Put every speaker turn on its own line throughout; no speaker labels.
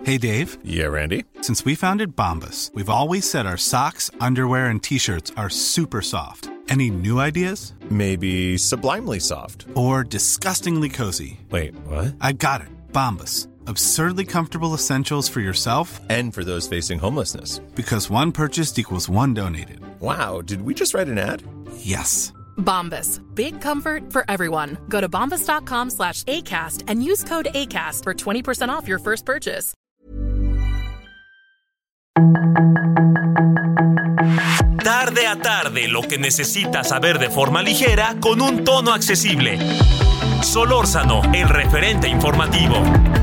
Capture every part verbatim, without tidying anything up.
Hey, Dave.
Yeah, Randy?
Since we founded Bombas, we've always said our socks, underwear, and T-shirts are super soft. Any new ideas?
Maybe sublimely soft.
Or disgustingly cozy.
Wait, what?
I got it. Bombas. Absurdly comfortable essentials for yourself
and for those facing homelessness.
Because one purchased equals one donated.
Wow, did we just write an ad?
Yes.
Bombas. Big comfort for everyone. Go to bombas.com slash ACAST and use code ACAST for twenty percent off your first purchase.
Tarde a tarde, lo que necesitas saber de forma ligera con un tono accesible. Solórzano, el referente informativo.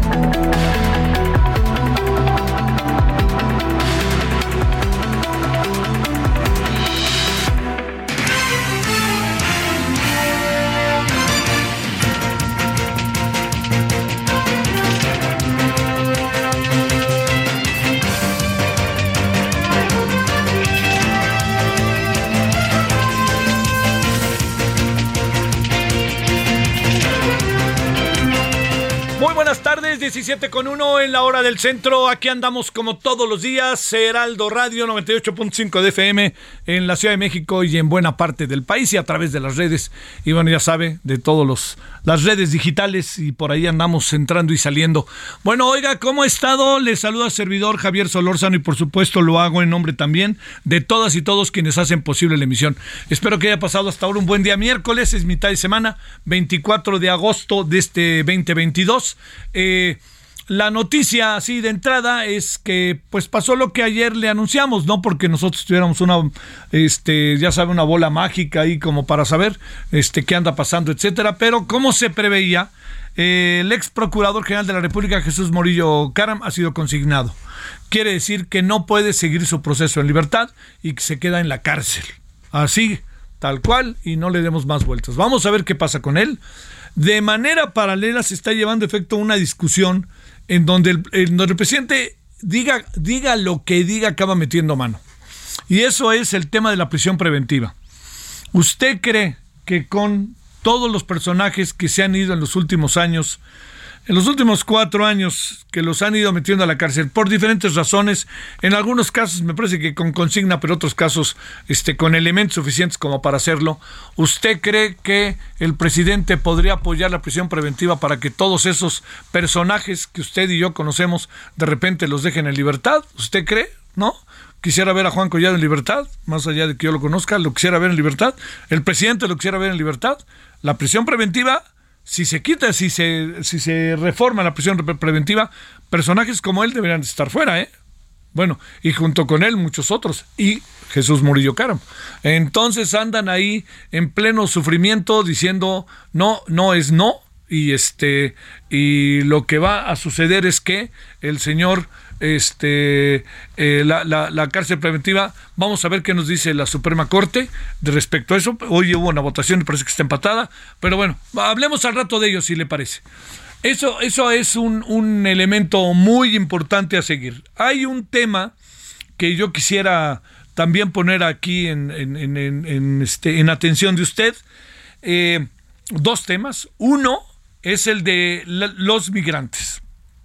Buenas tardes, diecisiete con uno en la hora del centro. Aquí andamos como todos los días, Heraldo Radio noventa y ocho punto cinco de F M en la Ciudad de México y en buena parte del país y a través de las redes. Y bueno, ya sabe, de todos los las redes digitales y por ahí andamos entrando y saliendo. Bueno, oiga, ¿cómo ha estado? Les saluda servidor Javier Solórzano y por supuesto lo hago en nombre también de todas y todos quienes hacen posible la emisión. Espero que haya pasado hasta ahora un buen día. Miércoles es mitad de semana, veinticuatro de agosto de este veinte veintidós. Eh, la noticia así de entrada es que pues pasó lo que ayer le anunciamos, no porque nosotros tuviéramos una este ya sabe una bola mágica ahí como para saber este qué anda pasando, etcétera, pero como se preveía, eh, el ex procurador general de la República, Jesús Murillo Caram, ha sido consignado. Quiere decir que no puede seguir su proceso en libertad y que se queda en la cárcel, así tal cual, y no le demos más vueltas. Vamos a ver qué pasa con él. De manera paralela se está llevando a efecto una discusión en donde el, en donde el presidente diga, diga lo que diga, acaba metiendo mano. Y eso es el tema de la prisión preventiva. ¿Usted cree que con todos los personajes que se han ido en los últimos años, en los últimos cuatro años, que los han ido metiendo a la cárcel por diferentes razones, en algunos casos me parece que con consigna, pero otros casos este, con elementos suficientes como para hacerlo, ¿usted cree que el presidente podría apoyar la prisión preventiva para que todos esos personajes que usted y yo conocemos de repente los dejen en libertad? ¿Usted cree? ¿No? Quisiera ver a Juan Collado en libertad, más allá de que yo lo conozca, lo quisiera ver en libertad. El presidente lo quisiera ver en libertad. La prisión preventiva, si se quita, si se, si se reforma la prisión preventiva, personajes como él deberían estar fuera, ¿eh? Bueno, y junto con él muchos otros, y Jesús Murillo Caram. Entonces andan ahí en pleno sufrimiento diciendo no, no es no, y este, y lo que va a suceder es que el señor este eh, la, la, la cárcel preventiva, vamos a ver qué nos dice la Suprema Corte de respecto a eso. Hoy hubo una votación y parece que está empatada, pero bueno, hablemos al rato de ello si le parece. Eso, eso es un, un elemento muy importante a seguir. Hay un tema que yo quisiera también poner aquí en, en, en, en, en, este, en atención de usted. Eh, dos temas. Uno es el de la, los migrantes.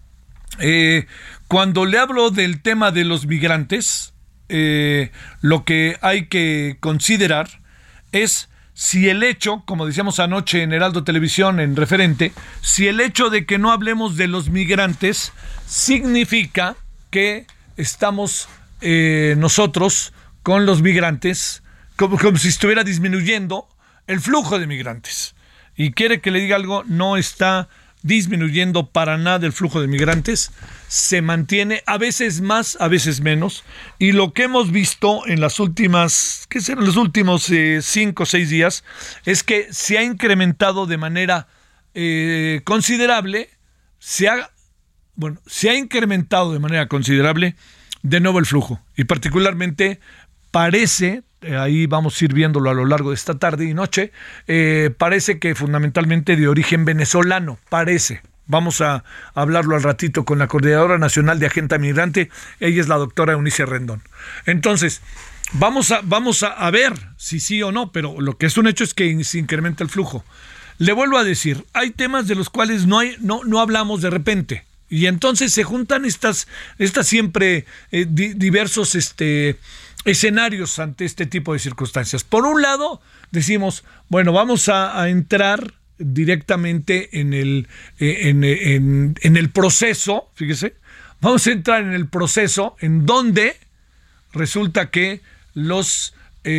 Eh, cuando le hablo del tema de los migrantes, eh, lo que hay que considerar es si el hecho, como decíamos anoche en Heraldo Televisión en referente, si el hecho de que no hablemos de los migrantes significa que estamos eh, nosotros con los migrantes como, como si estuviera disminuyendo el flujo de migrantes. Y quiere que le diga algo, no está disminuyendo para nada el flujo de migrantes, se mantiene a veces más, a veces menos, y lo que hemos visto en las últimas, ¿qué serán los últimos eh, cinco o seis días? Es que se ha incrementado de manera eh, considerable, se ha, bueno, se ha incrementado de manera considerable de nuevo el flujo, y particularmente parece, ahí vamos a ir viéndolo a lo largo de esta tarde y noche, eh, parece que fundamentalmente de origen venezolano, parece. Vamos a hablarlo al ratito con la Coordinadora Nacional de Agenda Migrante, ella es la doctora Eunice Rendón. Entonces, vamos a, vamos a, a ver si sí o no, pero lo que es un hecho es que se incrementa el flujo. Le vuelvo a decir, hay temas de los cuales no, hay, no, no hablamos de repente. Y entonces se juntan estas, estas siempre eh, di, diversos este, escenarios ante este tipo de circunstancias. Por un lado, decimos, bueno, vamos a, a entrar directamente en el, eh, en, en, en el proceso, fíjese, vamos a entrar en el proceso en donde resulta que los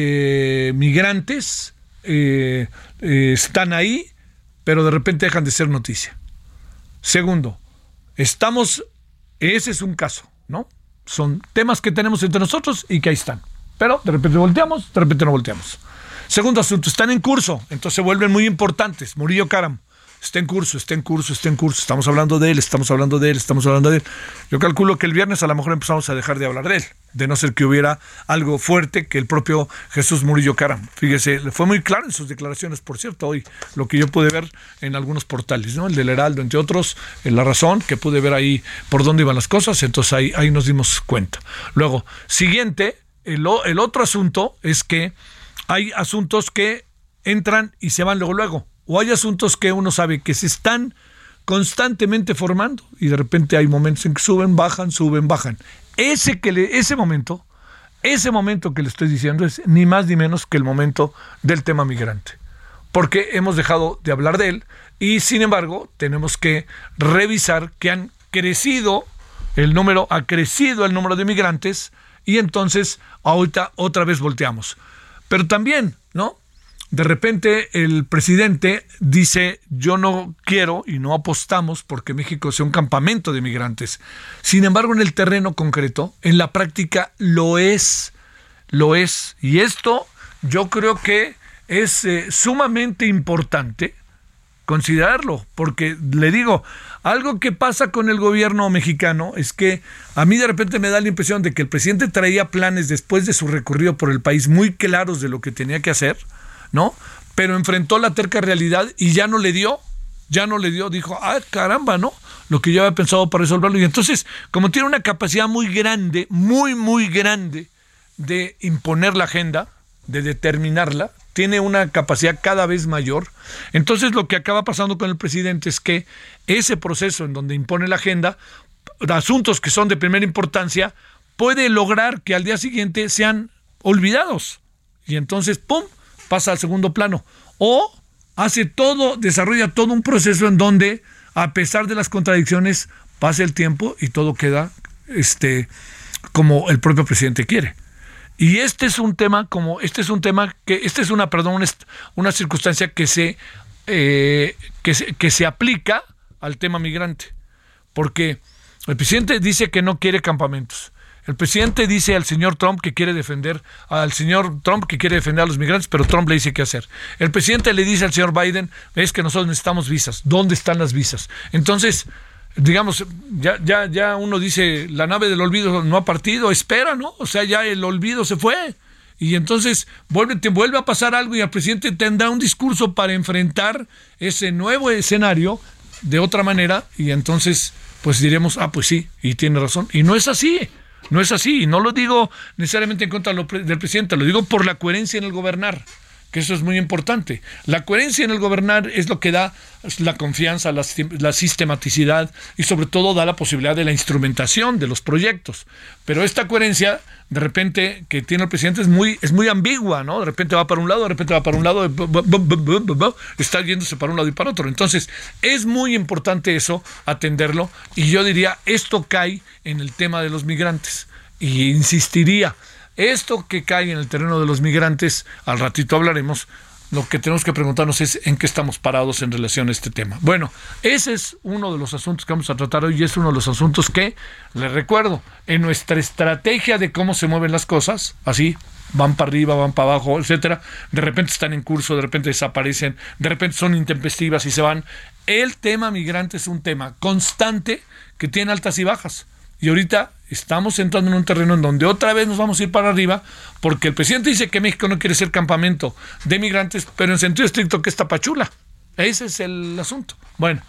eh, migrantes eh, eh, están ahí, pero de repente dejan de ser noticia. Segundo, estamos, ese es un caso, ¿no? Son temas que tenemos entre nosotros y que ahí están. Pero de repente volteamos, de repente no volteamos. Segundo asunto, están en curso, entonces se vuelven muy importantes. Murillo Karam, está en curso, está en curso, está en curso. Estamos hablando de él, estamos hablando de él, estamos hablando de él. Yo calculo que el viernes a lo mejor empezamos a dejar de hablar de él, de no ser que hubiera algo fuerte que el propio Jesús Murillo Karam. Fíjese, fue muy claro en sus declaraciones, por cierto, hoy, lo que yo pude ver en algunos portales, ¿no? El del Heraldo, entre otros, en La Razón, que pude ver ahí por dónde iban las cosas, entonces ahí, ahí nos dimos cuenta. Luego, siguiente, el, el otro asunto es que hay asuntos que entran y se van luego, luego. O hay asuntos que uno sabe que se están constantemente formando y de repente hay momentos en que suben, bajan, suben, bajan. Ese, que le, ese momento, ese momento que le estoy diciendo es ni más ni menos que el momento del tema migrante. Porque hemos dejado de hablar de él y sin embargo tenemos que revisar que han crecido el número, ha crecido el número de migrantes y entonces ahorita otra vez volteamos. Pero también, ¿no? De repente el presidente dice, yo no quiero y no apostamos porque México sea un campamento de migrantes. Sin embargo, en el terreno concreto, en la práctica, lo es, lo es. Y esto yo creo que es eh, sumamente importante considerarlo, porque le digo, algo que pasa con el gobierno mexicano es que a mí de repente me da la impresión de que el presidente traía planes después de su recorrido por el país muy claros de lo que tenía que hacer, ¿no? Pero enfrentó la terca realidad y ya no le dio, ya no le dio, dijo, ah, caramba, ¿no? Lo que yo había pensado para resolverlo. Y entonces, como tiene una capacidad muy grande, muy, muy grande de imponer la agenda, de determinarla, tiene una capacidad cada vez mayor. Entonces, lo que acaba pasando con el presidente es que ese proceso en donde impone la agenda, asuntos que son de primera importancia, puede lograr que al día siguiente sean olvidados. Y entonces, ¡pum!, pasa al segundo plano, o hace todo, desarrolla todo un proceso en donde, a pesar de las contradicciones, pasa el tiempo y todo queda este, como el propio presidente quiere. Y este es un tema, como este es un tema que, este es una, perdón, una, una circunstancia que se, eh, que se, que se aplica al tema migrante, porque el presidente dice que no quiere campamentos. El presidente dice al señor Trump que quiere defender, al señor Trump que quiere defender a los migrantes, pero Trump le dice qué hacer. El presidente le dice al señor Biden, es que nosotros necesitamos visas. ¿Dónde están las visas? Entonces, digamos, ya, ya, ya uno dice, la nave del olvido no ha partido, espera, ¿no? O sea, ya el olvido se fue. Y entonces vuelve, te vuelve a pasar algo y el presidente tendrá un discurso para enfrentar ese nuevo escenario de otra manera y entonces, pues diremos, ah, pues sí, y tiene razón. Y no es así. No es así, y no lo digo necesariamente en contra del presidente, lo digo por la coherencia en el gobernar, que eso es muy importante. La coherencia en el gobernar es lo que da la confianza, la, la sistematicidad y sobre todo da la posibilidad de la instrumentación de los proyectos. Pero esta coherencia, de repente, que tiene el presidente es muy, es muy ambigua, ¿no? De repente va para un lado, de repente va para un lado, está yéndose para un lado y para otro. Entonces, es muy importante eso, atenderlo, y yo diría, esto cae en el tema de los migrantes. Y insistiría, esto que cae en el terreno de los migrantes, al ratito hablaremos, lo que tenemos que preguntarnos es en qué estamos parados en relación a este tema. Bueno, ese es uno de los asuntos que vamos a tratar hoy y es uno de los asuntos que, les recuerdo, en nuestra estrategia de cómo se mueven las cosas, así, van para arriba, van para abajo, etcétera, de repente están en curso, de repente desaparecen, de repente son intempestivas y se van. El tema migrante es un tema constante que tiene altas y bajas. Y ahorita estamos entrando en un terreno en donde otra vez nos vamos a ir para arriba, porque el presidente dice que México no quiere ser campamento de migrantes, pero en sentido estricto que es Tapachula. Ese es el asunto. Bueno,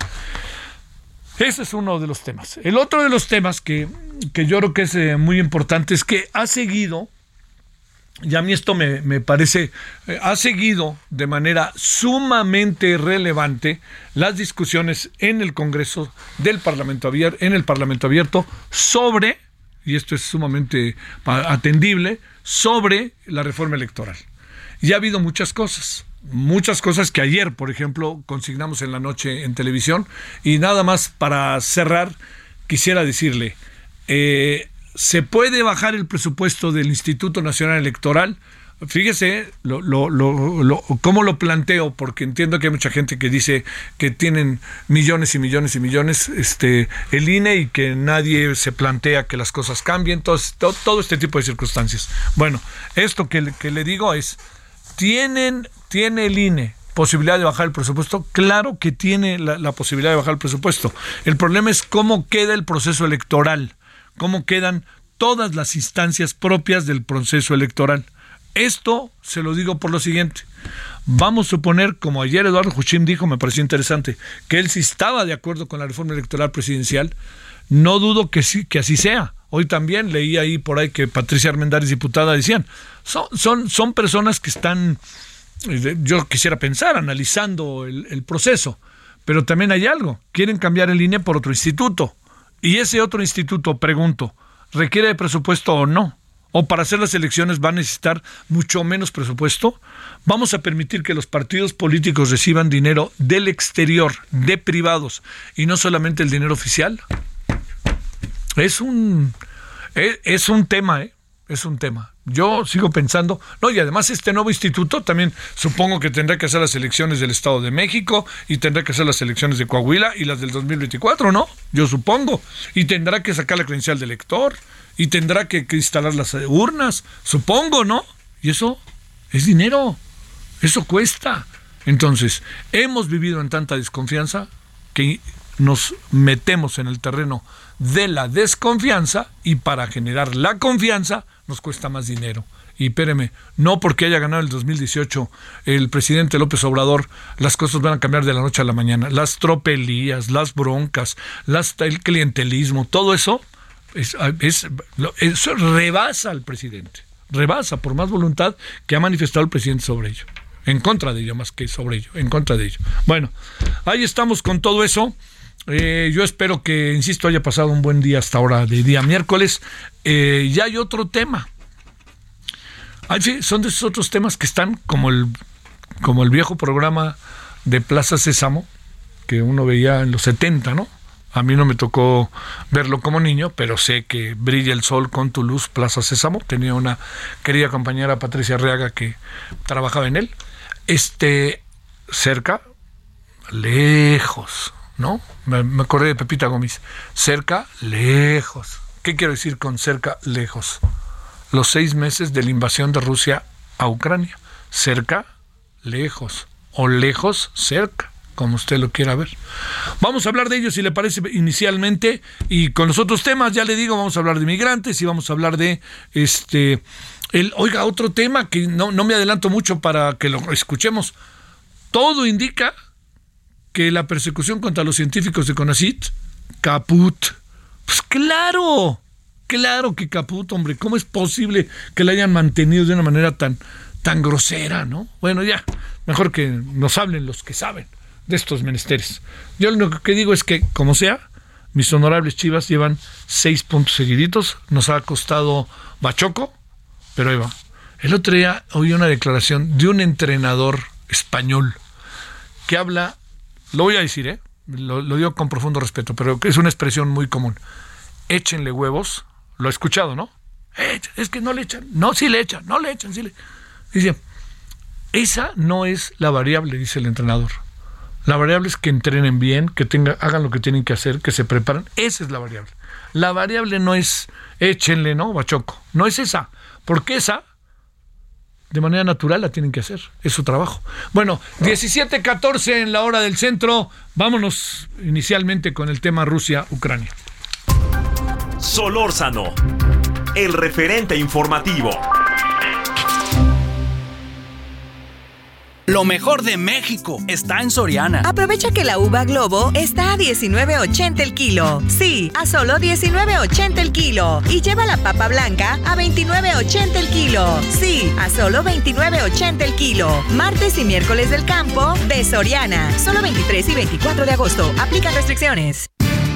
ese es uno de los temas. El otro de los temas que, que yo creo que es eh, muy importante es que ha seguido, Y a mí esto me, me parece, eh, ha seguido de manera sumamente relevante las discusiones en el Congreso del Parlamento abierto, en el Parlamento abierto sobre, y esto es sumamente atendible, sobre la reforma electoral. Y ha habido muchas cosas, muchas cosas que ayer, por ejemplo, consignamos en la noche en televisión. Y nada más para cerrar, quisiera decirle, eh, ¿se puede bajar el presupuesto del Instituto Nacional Electoral? Fíjese lo, lo, lo, lo, cómo lo planteo, porque entiendo que hay mucha gente que dice que tienen millones y millones y millones este, el I N E y que nadie se plantea que las cosas cambien, todo, todo, todo este tipo de circunstancias. Bueno, esto que, que le digo es, ¿tienen, ¿tiene el I N E posibilidad de bajar el presupuesto? Claro que tiene la, la posibilidad de bajar el presupuesto. El problema es cómo queda el proceso electoral, cómo quedan todas las instancias propias del proceso electoral. Esto se lo digo por lo siguiente. Vamos a suponer, como ayer Eduardo Huchim dijo, me pareció interesante, que él sí estaba de acuerdo con la reforma electoral presidencial. No dudo que sí, que así sea. Hoy también leí ahí por ahí que Patricia Armendáriz, diputada, decían, son, son, son personas que están, yo quisiera pensar, analizando el, el proceso, pero también hay algo, quieren cambiar el I N E por otro instituto. Y ese otro instituto, pregunto, ¿requiere de presupuesto o no? ¿O para hacer las elecciones va a necesitar mucho menos presupuesto? ¿Vamos a permitir que los partidos políticos reciban dinero del exterior, de privados, y no solamente el dinero oficial? Es un, es, es un tema, ¿eh? Es un tema. Yo sigo pensando, no, y además este nuevo instituto también supongo que tendrá que hacer las elecciones del Estado de México y tendrá que hacer las elecciones de Coahuila y las del dos mil veinticuatro, ¿no? Yo supongo. Y tendrá que sacar la credencial del elector y tendrá que, que instalar las urnas, supongo, ¿no? Y eso es dinero, eso cuesta. Entonces, hemos vivido en tanta desconfianza que nos metemos en el terreno de la desconfianza, y para generar la confianza nos cuesta más dinero. Y espéreme, no porque haya ganado el dos mil dieciocho el presidente López Obrador, las cosas van a cambiar de la noche a la mañana. Las tropelías, las broncas, las, el clientelismo, todo eso, es, es, eso rebasa al presidente. Rebasa por más voluntad que ha manifestado el presidente sobre ello. En contra de ello, más que sobre ello, en contra de ello. Bueno, ahí estamos con todo eso. Eh, yo espero que, insisto, haya pasado un buen día hasta ahora de día miércoles. Eh, ya hay otro tema. Ay, sí, son de esos otros temas que están como el, como el viejo programa de Plaza Sésamo, que uno veía en los setenta, ¿no? A mí no me tocó verlo como niño, pero sé que brilla el sol con tu luz, Plaza Sésamo. Tenía una querida compañera, Patricia Arriaga, que trabajaba en él. Este, cerca, lejos, ¿no? Me, me acordé de Pepita Gómez. Cerca, lejos. ¿Qué quiero decir con cerca, lejos? Los seis meses de la invasión de Rusia a Ucrania. Cerca, lejos. O lejos, cerca, como usted lo quiera ver. Vamos a hablar de ello, si le parece, inicialmente. Y con los otros temas, ya le digo, vamos a hablar de migrantes y vamos a hablar de este... El, oiga, otro tema que no, no me adelanto mucho para que lo escuchemos. Todo indica que la persecución contra los científicos de CONACYT, caput. Pues claro, claro que caput, hombre. ¿Cómo es posible que la hayan mantenido de una manera tan, tan grosera, no? Bueno, ya, mejor que nos hablen los que saben de estos menesteres. Yo lo único que digo es que, como sea, mis honorables Chivas llevan seis puntos seguiditos. Nos ha costado bachoco, pero ahí va. El otro día oí una declaración de un entrenador español que habla... Lo voy a decir, ¿eh? Lo, lo digo con profundo respeto, pero es una expresión muy común. Échenle huevos. Lo he escuchado, ¿no? Es que no le echan. No, sí le echan. No le echan, sí le... Dice, esa no es la variable, dice el entrenador. La variable es que entrenen bien, que tengan, hagan lo que tienen que hacer, que se preparen. Esa es la variable. La variable no es échenle, ¿no? Bachoco. No es esa. Porque esa... de manera natural la tienen que hacer, es su trabajo. Bueno, diecisiete catorce en la hora del centro. Vámonos inicialmente con el tema Rusia-Ucrania.
Solórzano, el referente informativo.
Lo mejor de México está en Soriana.
Aprovecha que la uva Globo está a diecinueve ochenta el kilo. Sí, a solo diecinueve ochenta el kilo. Y lleva la papa blanca a veintinueve ochenta el kilo. Sí, a solo veintinueve ochenta el kilo. Martes y miércoles del campo de Soriana. Solo veintitrés y veinticuatro de agosto. Aplican restricciones.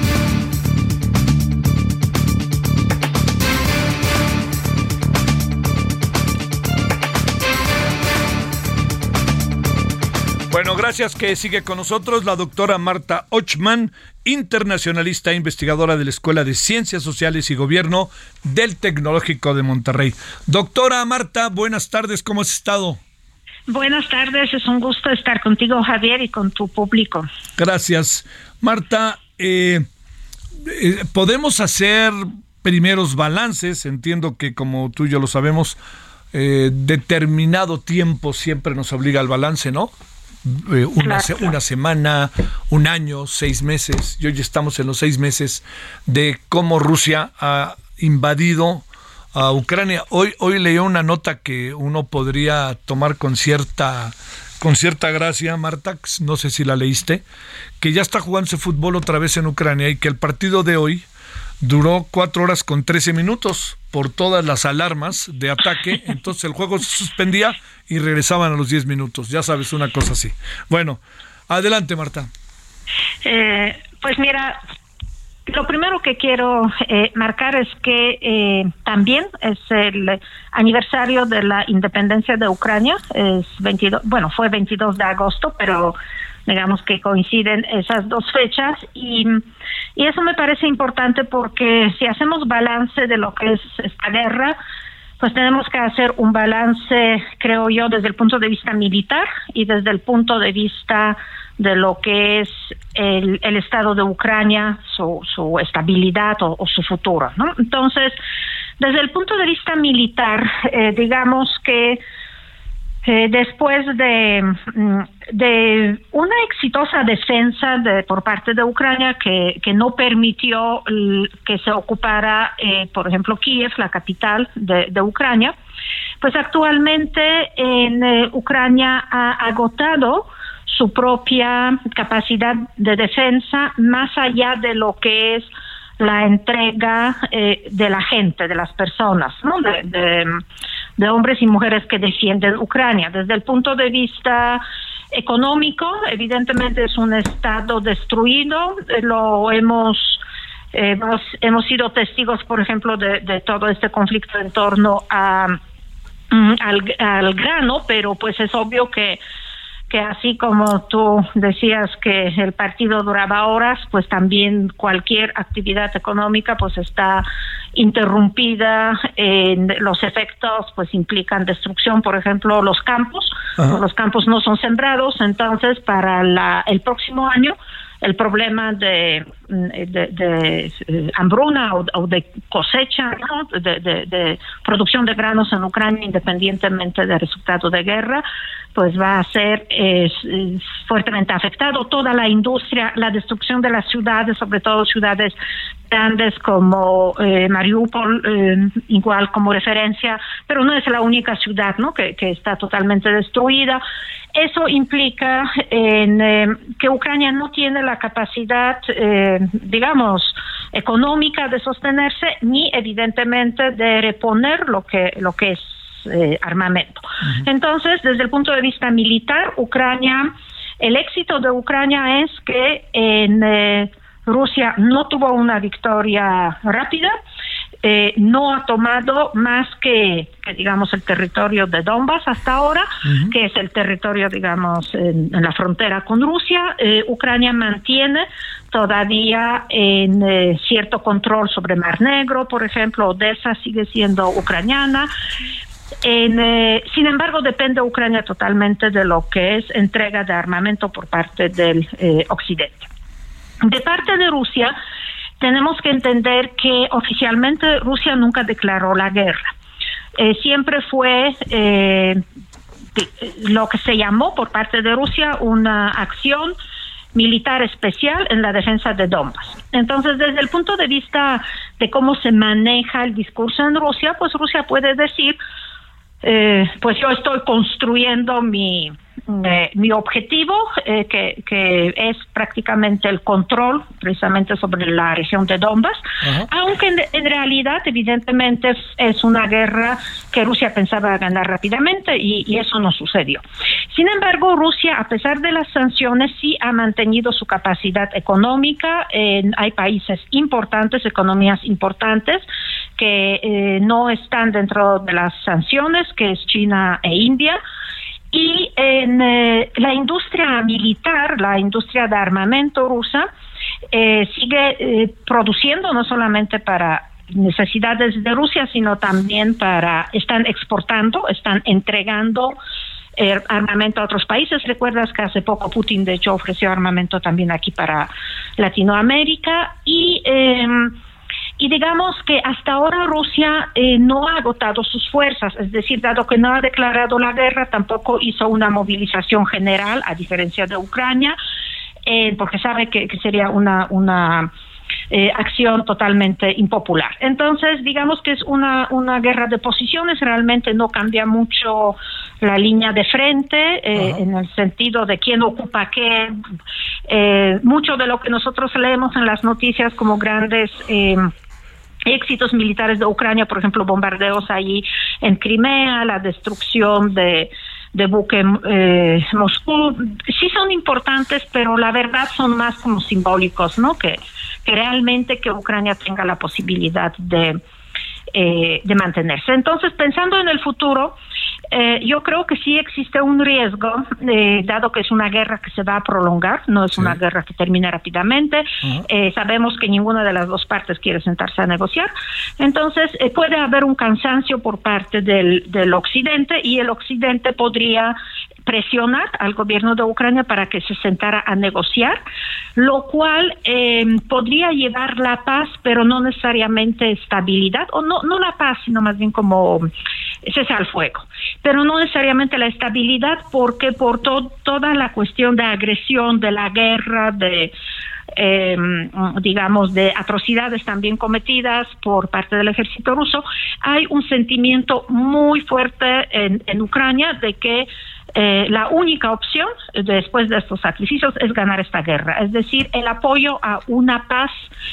Bueno, gracias que sigue con nosotros la doctora Marta Ochman, internacionalista e investigadora de la Escuela de Ciencias Sociales y Gobierno del Tecnológico de Monterrey. Doctora Marta, buenas tardes, ¿cómo has estado?
Buenas tardes, es un gusto estar contigo, Javier, y con tu público.
Gracias. Marta, eh, eh, podemos hacer primeros balances, entiendo que como tú y yo lo sabemos, eh, determinado tiempo siempre nos obliga al balance, ¿no? Eh, una, se, una semana, un año, seis meses, y hoy estamos en los seis meses de cómo Rusia ha invadido a Ucrania. Hoy, hoy leí una nota que uno podría tomar con cierta, con cierta gracia, Marta, no sé si la leíste, que ya está jugándose fútbol otra vez en Ucrania y que el partido de hoy duró cuatro horas con trece minutos por todas las alarmas de ataque. Entonces el juego se suspendía y regresaban a los diez minutos. Ya sabes, una cosa así. Bueno, adelante, Marta.
Eh, pues mira, lo primero que quiero eh, marcar es que eh, también es el aniversario de la independencia de Ucrania. Es veintidós, bueno, fue veintidós de agosto, pero digamos que coinciden esas dos fechas y, y eso me parece importante porque si hacemos balance de lo que es esta guerra, pues tenemos que hacer un balance, creo yo, desde el punto de vista militar y desde el punto de vista de lo que es el, el estado de Ucrania, su, su estabilidad o, o su futuro, ¿no? Entonces, desde el punto de vista militar, eh, digamos que Eh, después de, de una exitosa defensa de, por parte de Ucrania que, que no permitió l, que se ocupara, eh, por ejemplo, Kiev, la capital de, de Ucrania, pues actualmente en eh, Ucrania ha agotado su propia capacidad de defensa más allá de lo que es la entrega eh, de la gente, de las personas, ¿no? De, de, de hombres y mujeres que defienden Ucrania. Desde el punto de vista económico, evidentemente es un estado destruido, eh, lo hemos, eh, hemos hemos sido testigos, por ejemplo, de, de todo este conflicto en torno a mm, al, al grano, pero pues es obvio que que así como tú decías que el partido duraba horas, pues también cualquier actividad económica pues está interrumpida, en los efectos pues implican destrucción, por ejemplo, los campos, Ajá. los campos no son sembrados, entonces para la, el próximo año el problema de, de, de, de hambruna o, o de cosecha, ¿no? de, de, de producción de granos en Ucrania, independientemente del resultado de guerra, pues va a ser eh, fuertemente afectado. Toda la industria, la destrucción de las ciudades, sobre todo ciudades grandes como eh, Mariupol, eh, igual como referencia, pero no es la única ciudad, ¿no? que, que está totalmente destruida. Eso implica en, eh, que Ucrania no tiene la capacidad, eh, digamos, económica de sostenerse, ni evidentemente de reponer lo que lo que es eh, armamento. Uh-huh. Entonces, desde el punto de vista militar, Ucrania, el éxito de Ucrania es que en eh, Rusia no tuvo una victoria rápida, eh, no ha tomado más que, que, digamos, el territorio de Donbass hasta ahora, uh-huh. que es el territorio, digamos, en, en la frontera con Rusia. Eh, Ucrania mantiene todavía en eh, cierto control sobre Mar Negro, por ejemplo, Odessa sigue siendo ucraniana. En, eh, sin embargo, depende Ucrania totalmente de lo que es entrega de armamento por parte del eh, occidente. De parte de Rusia, tenemos que entender que oficialmente Rusia nunca declaró la guerra. Eh, siempre fue eh, lo que se llamó por parte de Rusia una acción militar especial en la defensa de Donbass. Entonces, desde el punto de vista de cómo se maneja el discurso en Rusia, pues Rusia puede decir, eh, pues yo estoy construyendo mi eh, mi objetivo, eh, que, que es prácticamente el control precisamente sobre la región de Donbass, uh-huh. aunque en, en realidad evidentemente es, es una guerra que Rusia pensaba ganar rápidamente y, y eso no sucedió. Sin embargo, Rusia, a pesar de las sanciones, sí ha mantenido su capacidad económica. Eh, hay países importantes, economías importantes, que eh, no están dentro de las sanciones, que es China e India. Y en eh, la industria militar, la industria de armamento rusa, eh, sigue eh, produciendo no solamente para necesidades de Rusia, sino también para, están exportando, están entregando eh, armamento a otros países. Recuerdas que hace poco Putin, de hecho, ofreció armamento también aquí para Latinoamérica y... Eh, Y digamos que hasta ahora Rusia eh, no ha agotado sus fuerzas, es decir, dado que no ha declarado la guerra, tampoco hizo una movilización general, a diferencia de Ucrania, eh, porque sabe que, que sería una una eh, acción totalmente impopular. Entonces, digamos que es una una guerra de posiciones, realmente no cambia mucho la línea de frente, eh, en el sentido de quién ocupa qué. Eh, mucho de lo que nosotros leemos en las noticias como grandes eh, éxitos militares de Ucrania, por ejemplo, bombardeos allí en Crimea, la destrucción de, de buque eh, Moscú, sí son importantes, pero la verdad son más como simbólicos, ¿no? Que, que realmente que Ucrania tenga la posibilidad de Eh, de mantenerse. Entonces, pensando en el futuro, eh, yo creo que sí existe un riesgo, eh, dado que es una guerra que se va a prolongar, no es sí. una guerra que termine rápidamente. Uh-huh. Eh, sabemos que ninguna de las dos partes quiere sentarse a negociar. Entonces, eh, puede haber un cansancio por parte del, del Occidente, y el Occidente podría presionar al gobierno de Ucrania para que se sentara a negociar, lo cual eh, podría llevar la paz, pero no necesariamente estabilidad, o no no la paz, sino más bien como cese al fuego, pero no necesariamente la estabilidad, porque por to- toda la cuestión de agresión, de la guerra, de Eh, digamos, de atrocidades también cometidas por parte del ejército ruso, hay un sentimiento muy fuerte en, en Ucrania de que eh, la única opción después de estos sacrificios es ganar esta guerra, es decir, el apoyo a una paz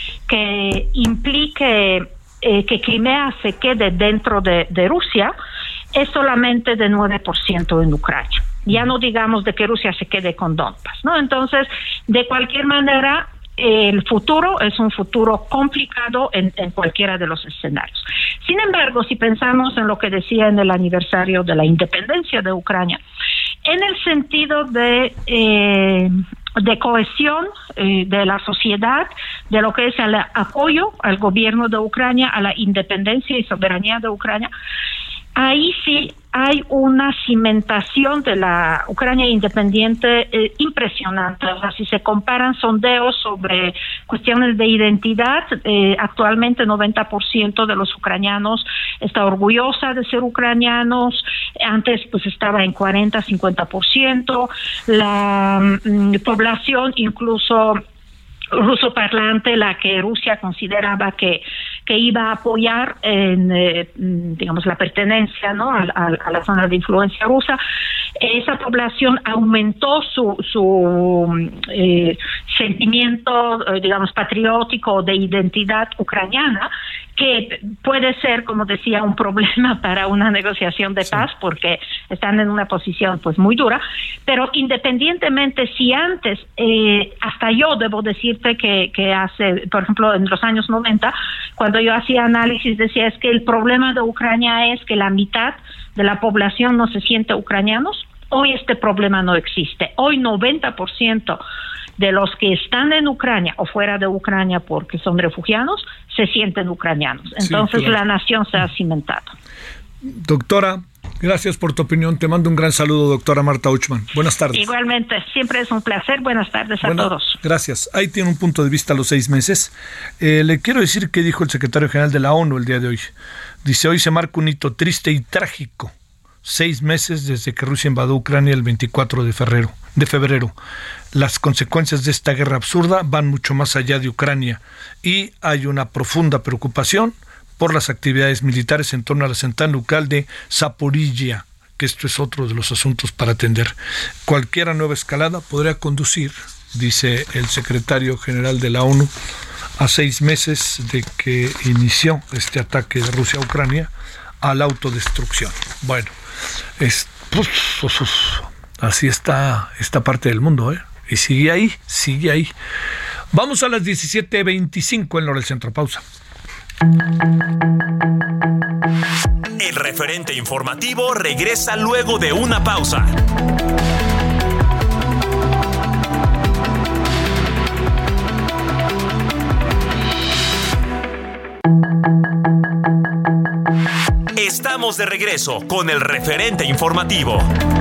que implique eh, que Crimea se quede dentro de, de Rusia es solamente de nueve por ciento en Ucrania. Ya no digamos de que Rusia se quede con Donbass, ¿no? Entonces, de cualquier manera, el futuro es un futuro complicado en, en cualquiera de los escenarios. Sin embargo, si pensamos en lo que decía en el aniversario de la independencia de Ucrania, en el sentido de eh, de cohesión eh, de la sociedad, de lo que es el apoyo al gobierno de Ucrania, a la independencia y soberanía de Ucrania, ahí sí hay una cimentación de la Ucrania independiente eh, impresionante. O sea, si se comparan sondeos sobre cuestiones de identidad, eh, actualmente noventa por ciento de los ucranianos está orgullosa de ser ucranianos. Antes pues estaba en cuarenta, cincuenta por ciento. La mm, población incluso ruso parlante, la que Rusia consideraba que que iba a apoyar en eh, digamos la pertenencia, ¿no?, a, a, a la zona de influencia rusa, esa población aumentó su su eh, sentimiento eh, digamos patriótico de identidad ucraniana, que puede ser, como decía, un problema para una negociación de paz, sí, porque están en una posición pues muy dura. Pero independientemente, si antes, eh, hasta yo debo decirte que, que hace, por ejemplo, en los años noventa, cuando yo hacía análisis, decía es que el problema de Ucrania es que la mitad de la población no se siente ucranianos. Hoy este problema no existe. Hoy noventa por ciento de los que están en Ucrania o fuera de Ucrania porque son refugiados se sienten ucranianos. Entonces sí, claro, la nación se ha cimentado.
Doctora, gracias por tu opinión. Te mando un gran saludo, doctora Marta Uchman. Buenas tardes.
Igualmente, siempre es un placer. Buenas tardes a bueno, todos.
Gracias. Ahí tiene un punto de vista a los seis meses. Eh, le quiero decir qué dijo el secretario general de la ONU el día de hoy. Dice, hoy se marca un hito triste y trágico. Seis meses desde que Rusia invadió Ucrania el veinticuatro de febrero. De febrero. Las consecuencias de esta guerra absurda van mucho más allá de Ucrania y hay una profunda preocupación por las actividades militares en torno a la central nuclear de Zaporizhia, que esto es otro de los asuntos para atender. Cualquier nueva escalada podría conducir, dice el secretario general de la ONU, a seis meses de que inició este ataque de Rusia a Ucrania, a la autodestrucción. Bueno, es, pues, pues, pues, así está esta parte del mundo, ¿eh? Y sigue ahí, sigue ahí. Vamos a las diecisiete veinticinco en la hora del centro. Pausa.
El referente informativo regresa luego de una pausa. Estamos de regreso con el referente informativo.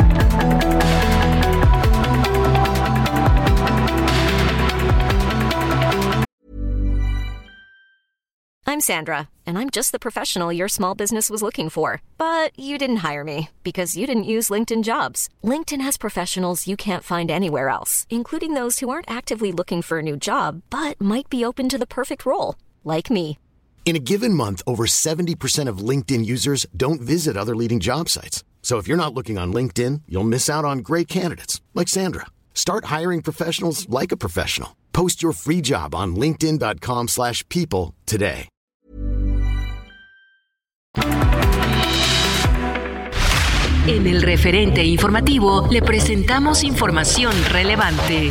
I'm Sandra, and I'm just the professional your small business was looking for. But you didn't hire me because you didn't use LinkedIn Jobs. LinkedIn has professionals you can't find anywhere else, including those who aren't actively looking for a new job, but might be open to the perfect role, like me.
In a given month, over seventy percent of LinkedIn users don't visit other leading job sites. So if you're not looking on LinkedIn, you'll miss out on great candidates like Sandra. Start hiring professionals like a professional. Post your free job on linkedin dot com slash people today.
En el referente informativo le presentamos información relevante.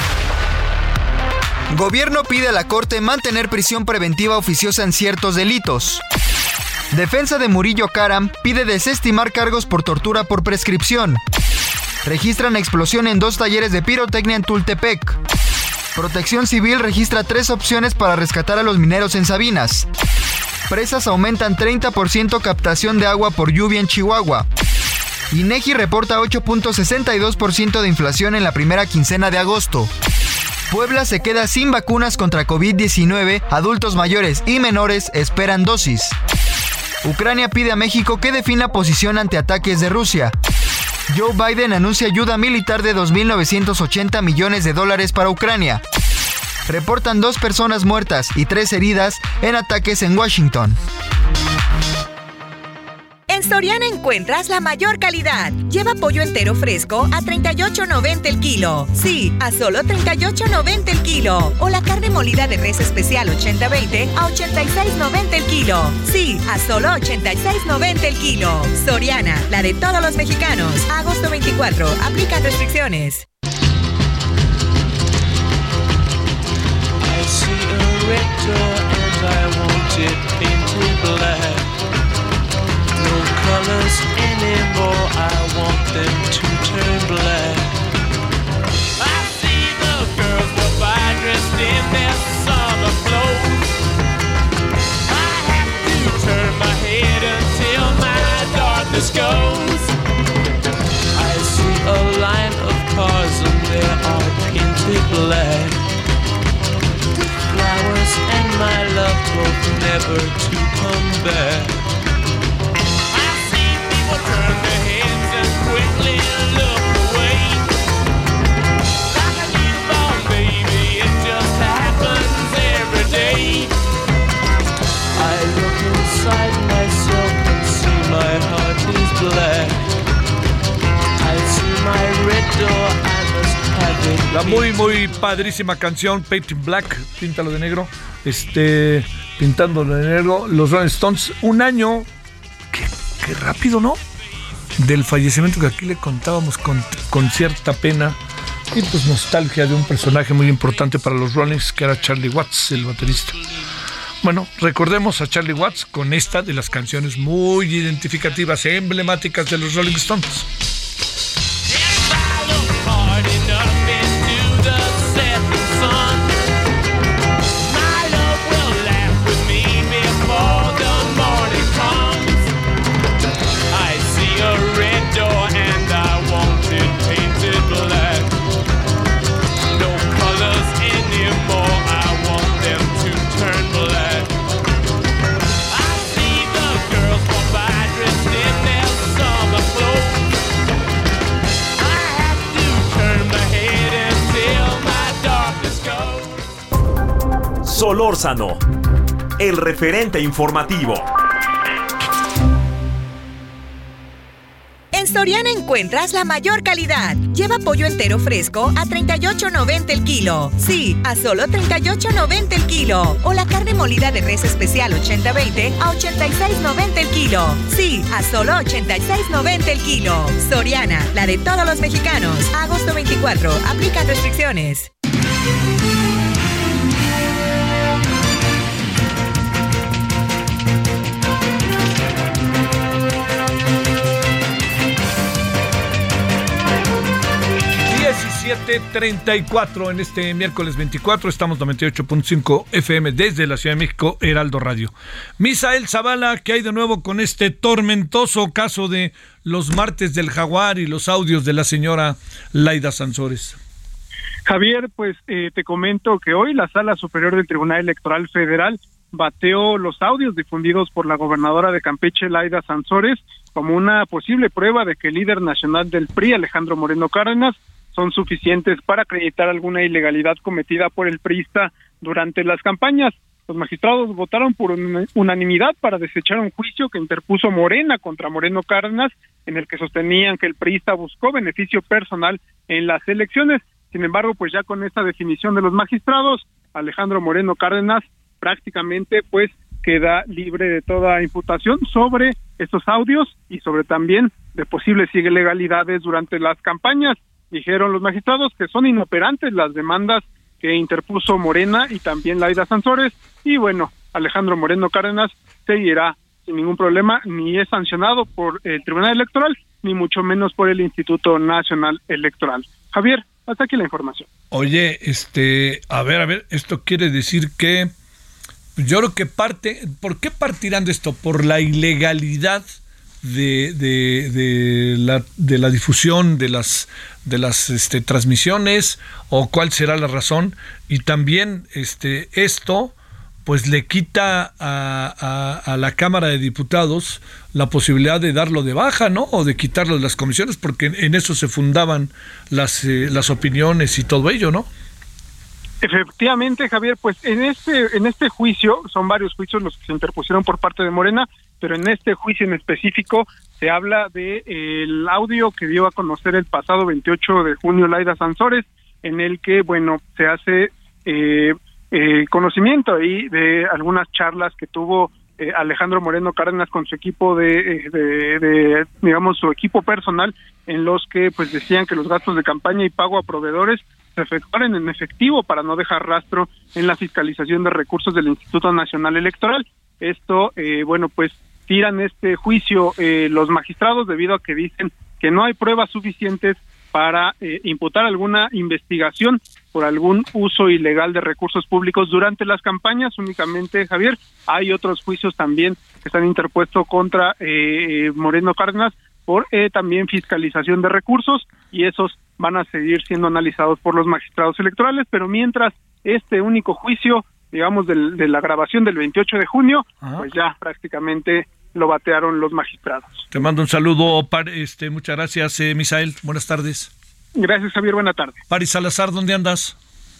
Gobierno pide a la Corte mantener prisión preventiva oficiosa en ciertos delitos. Defensa de Murillo Karam pide desestimar cargos por tortura por prescripción. Registran explosión en dos talleres de pirotecnia en Tultepec. Protección Civil registra tres opciones para rescatar a los mineros en Sabinas. Presas aumentan treinta por ciento captación de agua por lluvia en Chihuahua. INEGI reporta ocho punto sesenta y dos por ciento de inflación en la primera quincena de agosto. Puebla se queda sin vacunas contra covid diecinueve, adultos mayores y menores esperan dosis. Ucrania pide a México que defina posición ante ataques de Rusia. Joe Biden anuncia ayuda militar de dos mil novecientos ochenta millones de dólares para Ucrania. Reportan dos personas muertas y tres heridas en ataques en Washington.
En Soriana encuentras la mayor calidad. Lleva pollo entero fresco a treinta y ocho noventa el kilo. Sí, a solo treinta y ocho noventa el kilo. O la carne molida de res especial ochenta veinte a ochenta y seis noventa el kilo. Sí, a solo ochenta y seis noventa el kilo. Soriana, la de todos los mexicanos. Agosto veinticuatro. Aplican restricciones.
I see a red door and I want it painted black. No colors anymore, I want them to turn black. I see the girls go by dressed in their summer clothes. I have to turn my head until my darkness goes. I see a line of cars and they are painted black. Flowers and my love both never to come back. Turn their heads and quickly look away. Like a newborn baby, it just happens every day. I look inside myself and see my heart is black. I see my red door, I must have it.
La muy muy padrísima canción Painted Black, píntalo de negro, este, pintándolo de negro, los Rolling Stones, un año, qué, qué rápido, ¿no? Del fallecimiento que aquí le contábamos con, con cierta pena y pues nostalgia de un personaje muy importante para los Rollings, que era Charlie Watts, el baterista. Bueno, recordemos a Charlie Watts con esta de las canciones muy identificativas e emblemáticas de los Rolling Stones.
Solórzano, el referente informativo.
En Soriana encuentras la mayor calidad. Lleva pollo entero fresco a treinta y ocho noventa el kilo. Sí, a solo treinta y ocho noventa el kilo. O la carne molida de res especial ochenta veinte a ochenta y seis noventa el kilo. Sí, a solo ochenta y seis noventa el kilo. Soriana, la de todos los mexicanos. Agosto veinticuatro. Aplican restricciones.
diecisiete treinta y cuatro en este miércoles veinticuatro, estamos noventa y ocho punto cinco F M desde la Ciudad de México, Heraldo Radio. Misael Zavala, ¿qué hay de nuevo con este tormentoso caso de los martes del Jaguar y los audios de la señora Laida Sansores?
Javier, pues eh, te comento que hoy la Sala Superior del Tribunal Electoral Federal bateó los audios difundidos por la gobernadora de Campeche, Laida Sansores, como una posible prueba de que el líder nacional del P R I, Alejandro Moreno Cárdenas, son suficientes para acreditar alguna ilegalidad cometida por el priista durante las campañas. Los magistrados votaron por un, unanimidad para desechar un juicio que interpuso Morena contra Moreno Cárdenas, en el que sostenían que el priista buscó beneficio personal en las elecciones. Sin embargo, pues ya con esta definición de los magistrados, Alejandro Moreno Cárdenas prácticamente pues queda libre de toda imputación sobre estos audios y sobre también de posibles ilegalidades durante las campañas. Dijeron los magistrados que son inoperantes las demandas que interpuso Morena y también Laida Sansores, y bueno, Alejandro Moreno Cárdenas seguirá sin ningún problema, ni es sancionado por el Tribunal Electoral, ni mucho menos por el Instituto Nacional Electoral. Javier, hasta aquí la información.
Oye, este, a ver, a ver, esto quiere decir que yo creo que parte, ¿por qué partirán de esto? Por la ilegalidad de, de, de la de la difusión de las de las este, transmisiones, o cuál será la razón. Y también este esto pues le quita a, a, a la Cámara de Diputados la posibilidad de darlo de baja, ¿no? O de quitarlo de las comisiones, porque en, en eso se fundaban las eh, las opiniones y todo ello, ¿no?
Efectivamente, Javier, pues en este en este juicio, son varios juicios los que se interpusieron por parte de Morena, pero en este juicio en específico se habla de eh, el audio que dio a conocer el pasado veintiocho de junio Laida Sansores, en el que, bueno, se hace eh, eh, conocimiento ahí de algunas charlas que tuvo eh, Alejandro Moreno Cárdenas con su equipo de, de, de, digamos, su equipo personal, en los que pues decían que los gastos de campaña y pago a proveedores se efectuaran en efectivo para no dejar rastro en la fiscalización de recursos del Instituto Nacional Electoral. Esto, eh, bueno, pues tiran este juicio eh, los magistrados debido a que dicen que no hay pruebas suficientes para eh, imputar alguna investigación por algún uso ilegal de recursos públicos durante las campañas. Únicamente, Javier, hay otros juicios también que están interpuestos contra eh, Moreno Cárdenas por eh, también fiscalización de recursos, y esos van a seguir siendo analizados por los magistrados electorales. Pero mientras este único juicio, digamos, del, de la grabación del veintiocho de junio, Ajá. pues ya prácticamente lo batearon los magistrados.
Te mando un saludo, par, este, muchas gracias, eh, Misael, buenas tardes.
Gracias, Javier, buena tarde.
Paris Salazar, ¿dónde andas?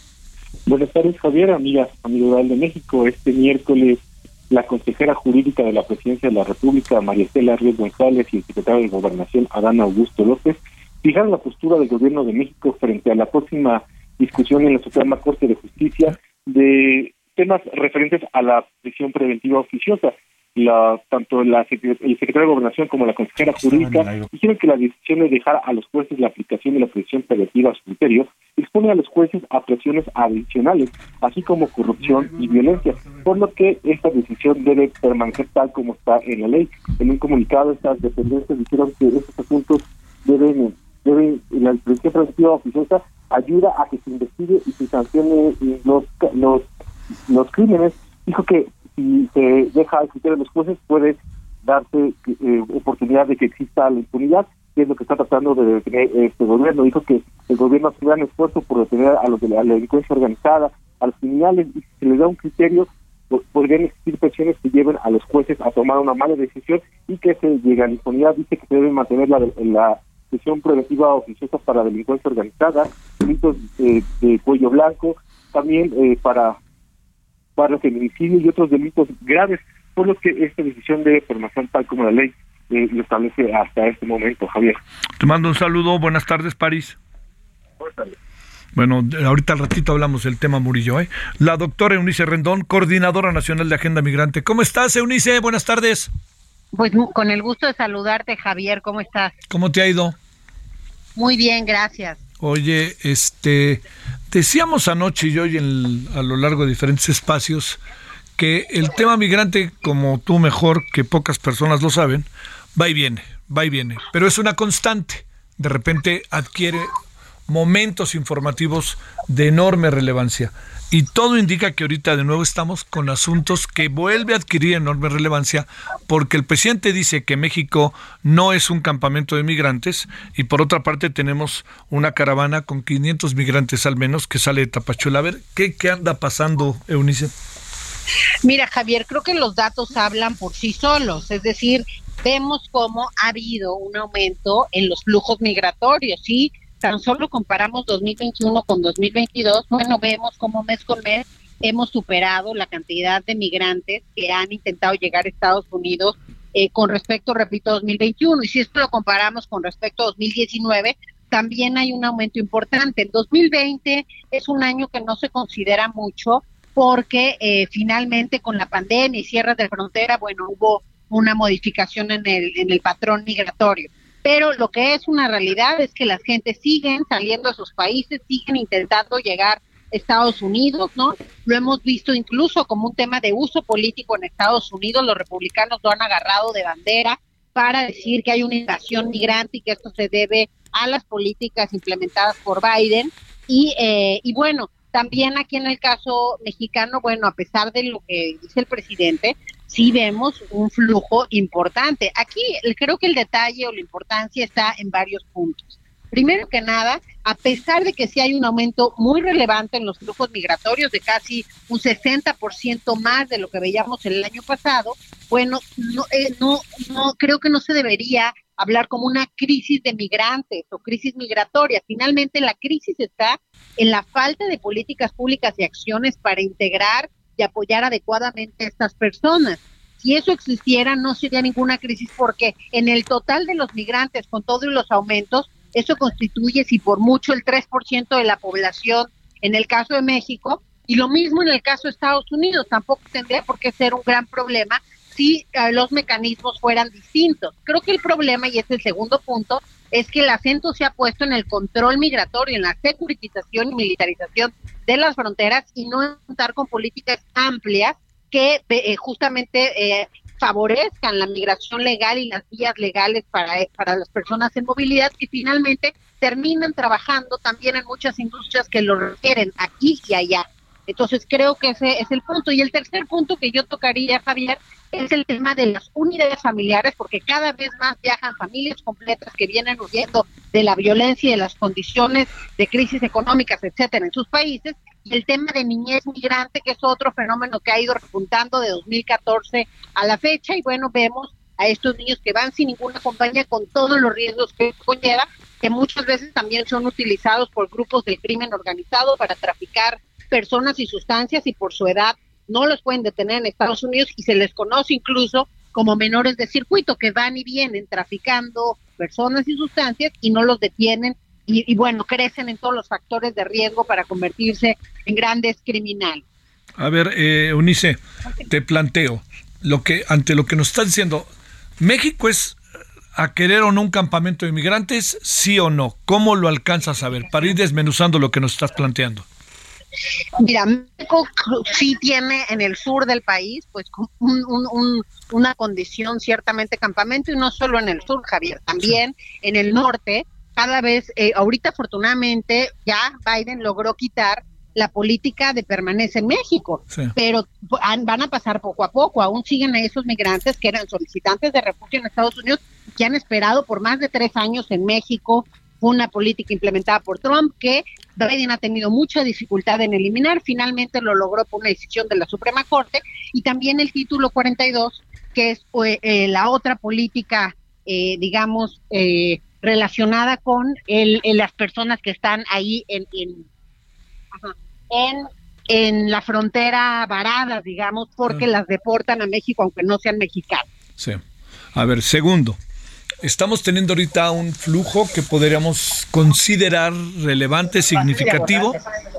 Buenas tardes, Javier, amigas, amigo de México. Este miércoles, la consejera jurídica de la Presidencia de la República, María Estela Ríos González, y el secretario de Gobernación, Adán Augusto López, fijaron la postura del Gobierno de México frente a la próxima discusión en la Suprema Corte de Justicia de temas referentes a la prisión preventiva oficiosa. La, tanto la, el secretario de Gobernación como la consejera jurídica dijeron que la decisión de dejar a los jueces la aplicación de la prisión preventiva a su criterio expone a los jueces a presiones adicionales, así como corrupción y violencia, por lo que esta decisión debe permanecer tal como está en la ley. En un comunicado, estas dependencias dijeron que estos asuntos deben, deben la prisión preventiva oficiosa ayuda a que se investigue y se sancione los, los, los crímenes. Dijo que si se deja al criterio de los jueces, puede darse eh, oportunidad de que exista la impunidad, que es lo que está tratando de detener este gobierno. Dijo que el gobierno hace un gran esfuerzo por detener a los de la, a la delincuencia organizada, a los criminales, y si se les da un criterio, pues, podrían existir presiones que lleven a los jueces a tomar una mala decisión y que se llegue a la impunidad. Dice que se debe mantener la, la prisión preventiva oficiosa para delincuencia organizada, delitos eh, de cuello blanco, también eh, para para feminicidio y otros delitos graves, por los que esta decisión debe permanecer tal como la ley eh, lo establece hasta este momento, Javier.
Te mando un saludo, buenas tardes, París.
Buenas tardes.
Bueno, ahorita al ratito hablamos del tema Murillo, ¿eh? La doctora Eunice Rendón, coordinadora nacional de Agenda Migrante. ¿Cómo estás, Eunice? Buenas tardes.
Pues con el gusto de saludarte, Javier, ¿cómo estás?
¿Cómo te ha ido?
Muy bien, gracias.
Oye, este, decíamos anoche y hoy en, a lo largo de diferentes espacios que el tema migrante, como tú mejor que pocas personas lo saben, va y viene, va y viene, pero es una constante. De repente adquiere momentos informativos de enorme relevancia. Y todo indica que ahorita de nuevo estamos con asuntos que vuelve a adquirir enorme relevancia porque el presidente dice que México no es un campamento de migrantes y por otra parte tenemos una caravana con quinientos migrantes al menos que sale de Tapachula. A ver, ¿qué, qué anda pasando, Eunice?
Mira, Javier, creo que los datos hablan por sí solos, es decir, vemos cómo ha habido un aumento en los flujos migratorios, ¿sí? Tan solo comparamos dos mil veintiuno con dos mil veintidós, bueno, vemos cómo mes con mes hemos superado la cantidad de migrantes que han intentado llegar a Estados Unidos eh, con respecto, repito, a dos mil veintiuno. Y si esto lo comparamos con respecto a dos mil diecinueve, también hay un aumento importante. El dos mil veinte es un año que no se considera mucho porque eh, finalmente con la pandemia y cierres de frontera, bueno, hubo una modificación en el, en el patrón migratorio. Pero lo que es una realidad es que las gentes siguen saliendo de sus países, siguen intentando llegar a Estados Unidos, ¿no? Lo hemos visto incluso como un tema de uso político en Estados Unidos. Los republicanos lo han agarrado de bandera para decir que hay una invasión migrante y que esto se debe a las políticas implementadas por Biden. Y, eh, y bueno, también aquí en el caso mexicano, bueno, a pesar de lo que dice el presidente, sí vemos un flujo importante. Aquí creo que el detalle o la importancia está en varios puntos. Primero que nada, a pesar de que sí hay un aumento muy relevante en los flujos migratorios de casi un sesenta por ciento más de lo que veíamos el año pasado, bueno, no, eh, no, no creo que no se debería hablar como una crisis de migrantes o crisis migratoria. Finalmente la crisis está en la falta de políticas públicas y acciones para integrar y apoyar adecuadamente a estas personas. Si eso existiera, no sería ninguna crisis porque en el total de los migrantes, con todos los aumentos, eso constituye, si por mucho, el tres por ciento de la población en el caso de México, y lo mismo en el caso de Estados Unidos. Tampoco tendría por qué ser un gran problema si uh, los mecanismos fueran distintos. Creo que el problema, y es el segundo punto, es que el acento se ha puesto en el control migratorio, en la securitización y militarización de las fronteras y no en contar con políticas amplias que eh, justamente eh, favorezcan la migración legal y las vías legales para, para las personas en movilidad que finalmente terminan trabajando también en muchas industrias que lo requieren aquí y allá. Entonces creo que ese es el punto. Y el tercer punto que yo tocaría, Javier, es el tema de las unidades familiares, porque cada vez más viajan familias completas que vienen huyendo de la violencia y de las condiciones de crisis económicas, etcétera, en sus países. Y el tema de niñez migrante, que es otro fenómeno que ha ido repuntando de dos mil catorce a la fecha. Y bueno, vemos a estos niños que van sin ninguna compañía con todos los riesgos que conlleva, que muchas veces también son utilizados por grupos del crimen organizado para traficar personas y sustancias, y por su edad no los pueden detener en Estados Unidos y se les conoce incluso como menores de circuito que van y vienen traficando personas y sustancias y no los detienen y, y bueno, crecen en todos los factores de riesgo para convertirse en grandes criminales.
A ver, eh, Eunice, te planteo, lo que ante lo que nos estás diciendo, ¿México es a querer o no un campamento de inmigrantes, sí o no? ¿Cómo lo alcanzas a ver? Para ir desmenuzando lo que nos estás planteando.
Mira, México sí tiene en el sur del país pues un, un, un, una condición ciertamente campamento, y no solo en el sur, Javier, también sí. En el norte, cada vez, eh, ahorita afortunadamente ya Biden logró quitar la política de permanencia en México, sí. Pero van a pasar poco a poco, aún siguen a esos migrantes que eran solicitantes de refugio en Estados Unidos, que han esperado por más de tres años en México. Fue una política implementada por Trump que Biden ha tenido mucha dificultad en eliminar. Finalmente lo logró por una decisión de la Suprema Corte. Y también el título cuarenta y dos, que es eh, la otra política, eh, digamos, eh, relacionada con el, el, las personas que están ahí en, en, ajá, en en la frontera varadas, digamos, porque las deportan a México aunque no sean mexicanos.
Sí. A ver, segundo, estamos teniendo ahorita un flujo que podríamos considerar relevante, significativo.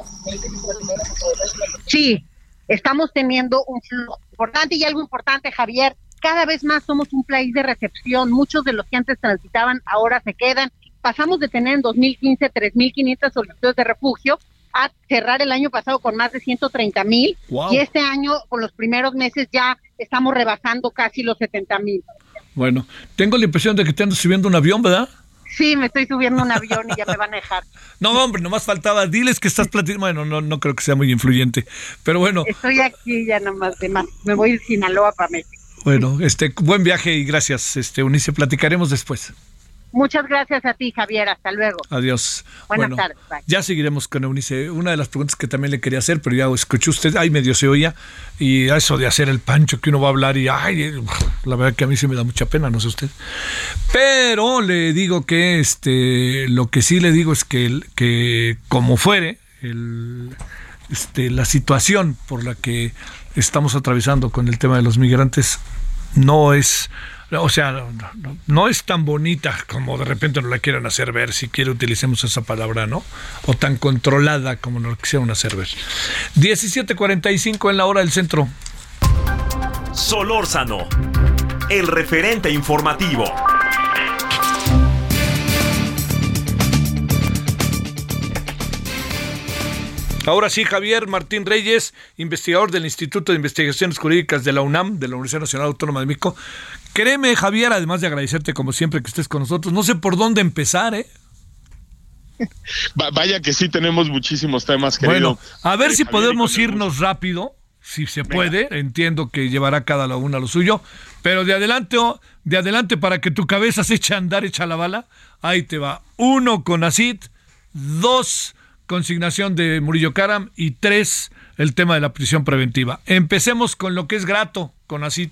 Sí, estamos teniendo un flujo importante y algo importante, Javier, cada vez más somos un país de recepción, muchos de los que antes transitaban ahora se quedan, pasamos de tener en dos mil quince tres mil quinientas solicitudes de refugio a cerrar el año pasado con más de ciento treinta mil, wow. Y este año con los primeros meses ya estamos rebasando casi los setenta mil.
Bueno, tengo la impresión de que te andas subiendo un avión, ¿verdad?
Sí, me estoy subiendo un avión y ya me van a dejar.
No, hombre, nomás faltaba. Diles que estás platicando. Bueno, no, no creo que sea muy influyente, pero bueno.
Estoy aquí ya nomás de más. Me voy de Sinaloa para México.
Bueno, este, buen viaje y gracias, este, Eunice. Platicaremos después.
Muchas gracias a ti, Javier. Hasta luego.
Adiós.
Buenas
bueno,
tardes. Bye.
Ya seguiremos con Eunice. Una de las preguntas que también le quería hacer, pero ya escuchó usted, ay, medio se oía, y eso de hacer el pancho que uno va a hablar y, ay, la verdad que a mí sí me da mucha pena, no sé usted. Pero le digo que, este, lo que sí le digo es que, que como fuere, el, este, la situación por la que estamos atravesando con el tema de los migrantes no es... O sea, no, no, no es tan bonita como de repente nos la quieren hacer ver, si quiere utilicemos esa palabra, ¿no? O tan controlada como nos la quisieron hacer ver. diecisiete cuarenta y cinco en la hora del centro.
Solórzano, el referente informativo.
Ahora sí, Javier Martín Reyes, investigador del Instituto de Investigaciones Jurídicas de la UNAM, de la Universidad Nacional Autónoma de México. Créeme, Javier, además de agradecerte como siempre que estés con nosotros, no sé por dónde empezar, ¿eh?
Vaya que sí tenemos muchísimos temas, querido.
Bueno, a ver
eh,
si
Javier,
podemos irnos rápido, si se puede. Venga. Entiendo que llevará cada uno a lo suyo, pero de adelante, de adelante para que tu cabeza se eche a andar, echa la bala. Ahí te va. Uno, con CONACYT. Dos, consignación de Murillo Karam. Y tres, el tema de la prisión preventiva. Empecemos con lo que es grato, CONACYT.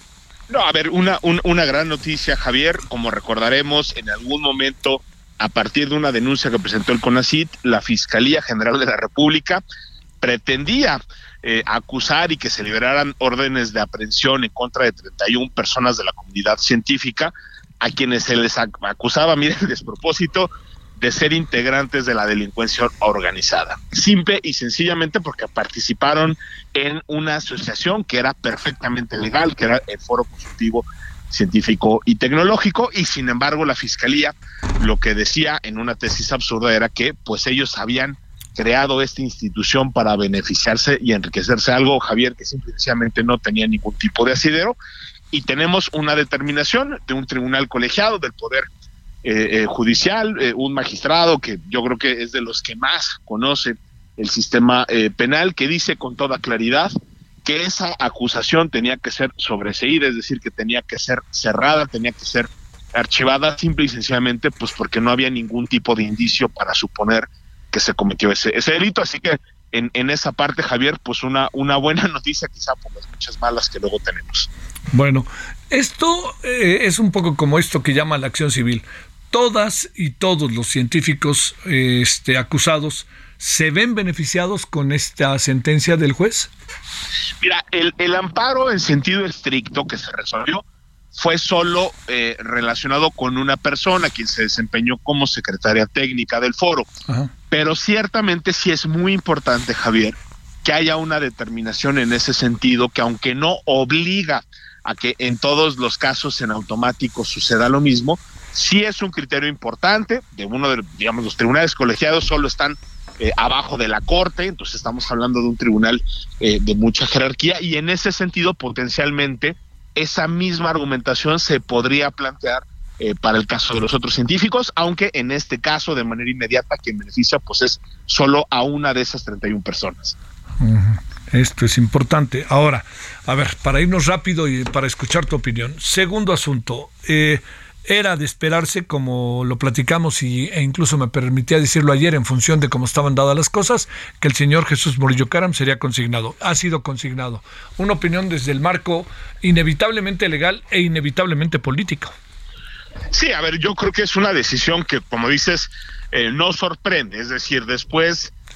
No, a ver, una, un, una gran noticia, Javier. Como recordaremos, en algún momento, a partir de una denuncia que presentó el CONACYT, la Fiscalía General de la República pretendía eh, acusar y que se liberaran órdenes de aprehensión en contra de treinta y una personas de la comunidad científica, a quienes se les acusaba, miren el despropósito, de ser integrantes de la delincuencia organizada. Simple y sencillamente porque participaron en una asociación que era perfectamente legal, que era el Foro Consultivo Científico y Tecnológico, y sin embargo la Fiscalía lo que decía en una tesis absurda era que pues ellos habían creado esta institución para beneficiarse y enriquecerse, algo, Javier, que simple y sencillamente no tenía ningún tipo de asidero, y tenemos una determinación de un tribunal colegiado del Poder Eh, eh, judicial, eh, un magistrado que yo creo que es de los que más conoce el sistema eh, penal, que dice con toda claridad que esa acusación tenía que ser sobreseída, es decir, que tenía que ser cerrada, tenía que ser archivada, simple y sencillamente pues porque no había ningún tipo de indicio para suponer que se cometió ese, ese delito. Así que en, en esa parte, Javier, pues una, una buena noticia quizá por las muchas malas que luego tenemos.
Bueno, esto eh, es un poco como esto que llama la acción civil. Todas y todos los científicos eh, este, acusados se ven beneficiados con esta sentencia del juez.
Mira, el, el amparo en sentido estricto que se resolvió fue solo eh, relacionado con una persona quien se desempeñó como secretaria técnica del foro. Ajá. Pero ciertamente sí es muy importante, Javier, que haya una determinación en ese sentido, que aunque no obliga a que en todos los casos en automático suceda lo mismo, sí es un criterio importante de uno de, digamos, los tribunales colegiados solo están eh, abajo de la corte, entonces estamos hablando de un tribunal eh, de mucha jerarquía, y en ese sentido potencialmente esa misma argumentación se podría plantear eh, para el caso de los otros científicos, aunque en este caso de manera inmediata quien beneficia pues es solo a una de esas treinta y una personas.
Uh-huh. Esto es importante. Ahora, a ver, para irnos rápido y para escuchar tu opinión. Segundo asunto, eh, era de esperarse, como lo platicamos y, e incluso me permitía decirlo ayer en función de cómo estaban dadas las cosas, que el señor Jesús Murillo Karam sería consignado. Ha sido consignado. Una opinión desde el marco inevitablemente legal e inevitablemente político.
Sí, a ver, yo creo que es una decisión que, como dices, eh, no sorprende. Es decir, después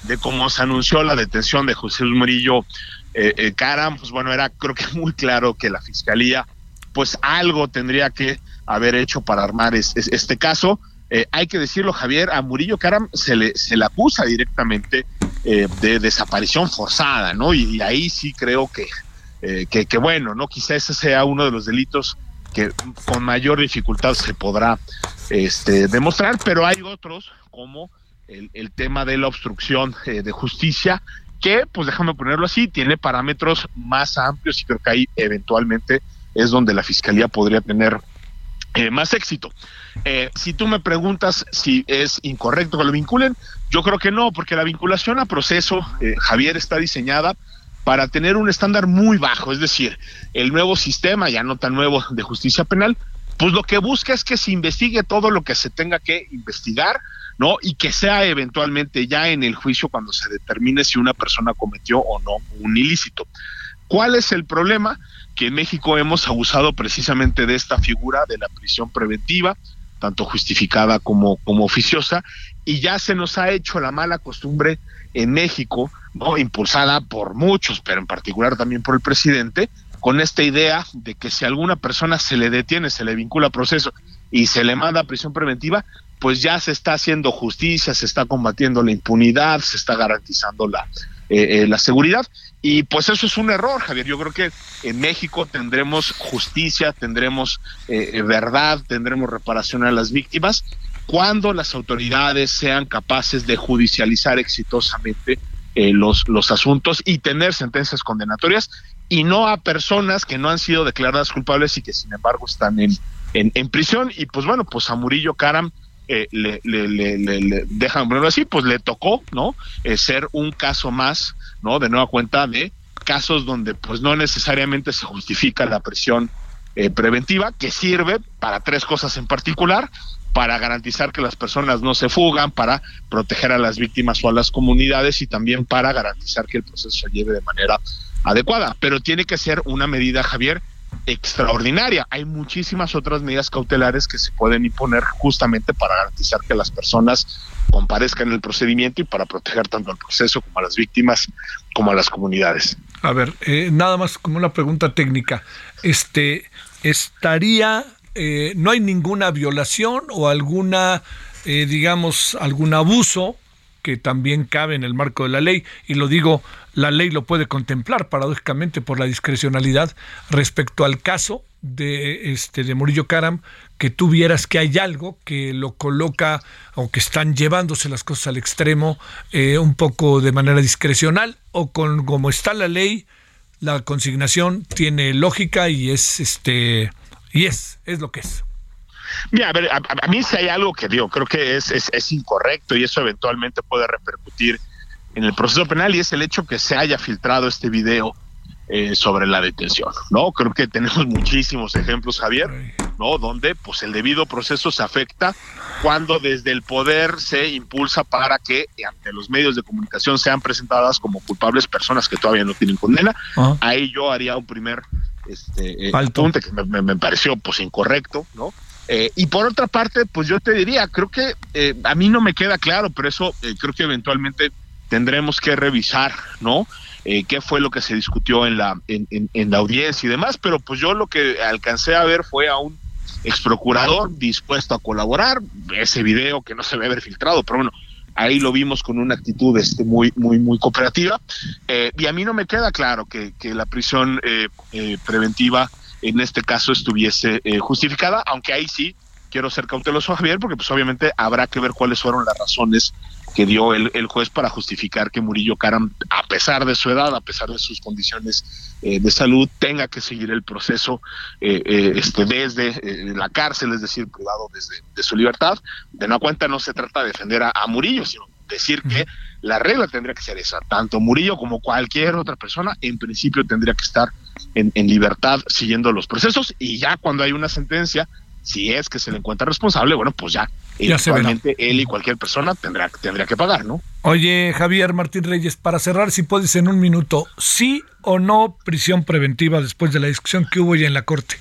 de cómo se anunció la detención de José Murillo eh, eh, Caram, pues bueno, era creo que muy claro que la Fiscalía pues algo tendría que haber hecho para armar es, es, este caso. Eh, hay que decirlo, Javier, a Murillo Caram se le, se le acusa directamente eh, de desaparición forzada, ¿no? Y, y ahí sí creo que, eh, que, que bueno, ¿no? Quizá ese sea uno de los delitos que con mayor dificultad se podrá este, demostrar, pero hay otros como el, el tema de la obstrucción eh, de justicia, que, pues déjame ponerlo así, tiene parámetros más amplios y creo que ahí eventualmente es donde la Fiscalía podría tener eh, más éxito. Eh, si tú me preguntas si es incorrecto que lo vinculen, yo creo que no, porque la vinculación a proceso, eh, Javier, está diseñada para tener un estándar muy bajo, es decir, el nuevo sistema, ya no tan nuevo, de justicia penal, pues lo que busca es que se investigue todo lo que se tenga que investigar, ¿no? Y que sea eventualmente ya en el juicio cuando se determine si una persona cometió o no un ilícito. ¿Cuál es el problema? Que en México hemos abusado precisamente de esta figura de la prisión preventiva, tanto justificada como, como oficiosa, y ya se nos ha hecho la mala costumbre en México, ¿no? Impulsada por muchos, pero en particular también por el presidente, con esta idea de que si a alguna persona se le detiene, se le vincula a proceso y se le manda a prisión preventiva, pues ya se está haciendo justicia, se está combatiendo la impunidad, se está garantizando la, eh, eh, la seguridad. Y pues eso es un error, Javier. Yo creo que en México tendremos justicia, tendremos eh, verdad, tendremos reparación a las víctimas cuando las autoridades sean capaces de judicializar exitosamente eh, los, los asuntos y tener sentencias condenatorias, y no a personas que no han sido declaradas culpables y que sin embargo están en, en, en prisión. Y pues bueno, pues a Murillo Caram eh, le, le, le, le, le dejan ponerlo así, pues le tocó, ¿no? Eh, ser un caso más, ¿no? De nueva cuenta de casos donde pues no necesariamente se justifica la prisión eh, preventiva, que sirve para tres cosas en particular: para garantizar que las personas no se fugan, para proteger a las víctimas o a las comunidades, y también para garantizar que el proceso se lleve de manera adecuada. Pero tiene que ser una medida, Javier, extraordinaria. Hay muchísimas otras medidas cautelares que se pueden imponer justamente para garantizar que las personas comparezcan en el procedimiento y para proteger tanto al proceso como a las víctimas como a las comunidades.
A ver, eh, nada más como una pregunta técnica. Este, estaría, eh, ¿no hay ninguna violación o alguna, eh, digamos, algún abuso que también cabe en el marco de la ley? Y lo digo, la ley lo puede contemplar paradójicamente por la discrecionalidad respecto al caso de este de Murillo Caram, que tú vieras que hay algo que lo coloca o que están llevándose las cosas al extremo eh, un poco de manera discrecional, o con como está la ley, la consignación tiene lógica y es este y es es lo que es.
Mira, a ver, a, a mí si hay algo que digo, creo que es, es, es incorrecto, y eso eventualmente puede repercutir en el proceso penal, y es el hecho que se haya filtrado este video eh, sobre la detención, ¿no? Creo que tenemos muchísimos ejemplos, Javier, ¿no? Donde pues el debido proceso se afecta cuando desde el poder se impulsa para que ante los medios de comunicación sean presentadas como culpables personas que todavía no tienen condena. Uh-huh. Ahí yo haría un primer este, eh, apunte que me, me, me pareció pues incorrecto, ¿no? Eh, y por otra parte, pues yo te diría, creo que eh, a mí no me queda claro, pero eso eh, creo que eventualmente tendremos que revisar, ¿no? Eh, qué fue lo que se discutió en la en, en, en la audiencia y demás, pero pues yo lo que alcancé a ver fue a un exprocurador dispuesto a colaborar. Ese video que no se debe haber filtrado, pero bueno, ahí lo vimos con una actitud este muy muy muy cooperativa, eh, y a mí no me queda claro que, que la prisión eh, eh, preventiva en este caso estuviese eh, justificada, aunque ahí sí quiero ser cauteloso, Javier, porque pues obviamente habrá que ver cuáles fueron las razones que dio el, el juez para justificar que Murillo Caram, a pesar de su edad, a pesar de sus condiciones eh, de salud, tenga que seguir el proceso eh, eh, este desde eh, la cárcel, es decir, privado desde de su libertad. De no cuenta, no se trata de defender a, a Murillo, sino decir que la regla tendría que ser esa. Tanto Murillo como cualquier otra persona, en principio, tendría que estar en, en libertad siguiendo los procesos, y ya cuando hay una sentencia, si es que se le encuentra responsable, bueno, pues ya, ya eventualmente él y cualquier persona tendrá, tendría que pagar, ¿no?
Oye, Javier Martín Reyes, para cerrar, si puedes en un minuto, ¿sí o no prisión preventiva después de la discusión que hubo ya en la Corte?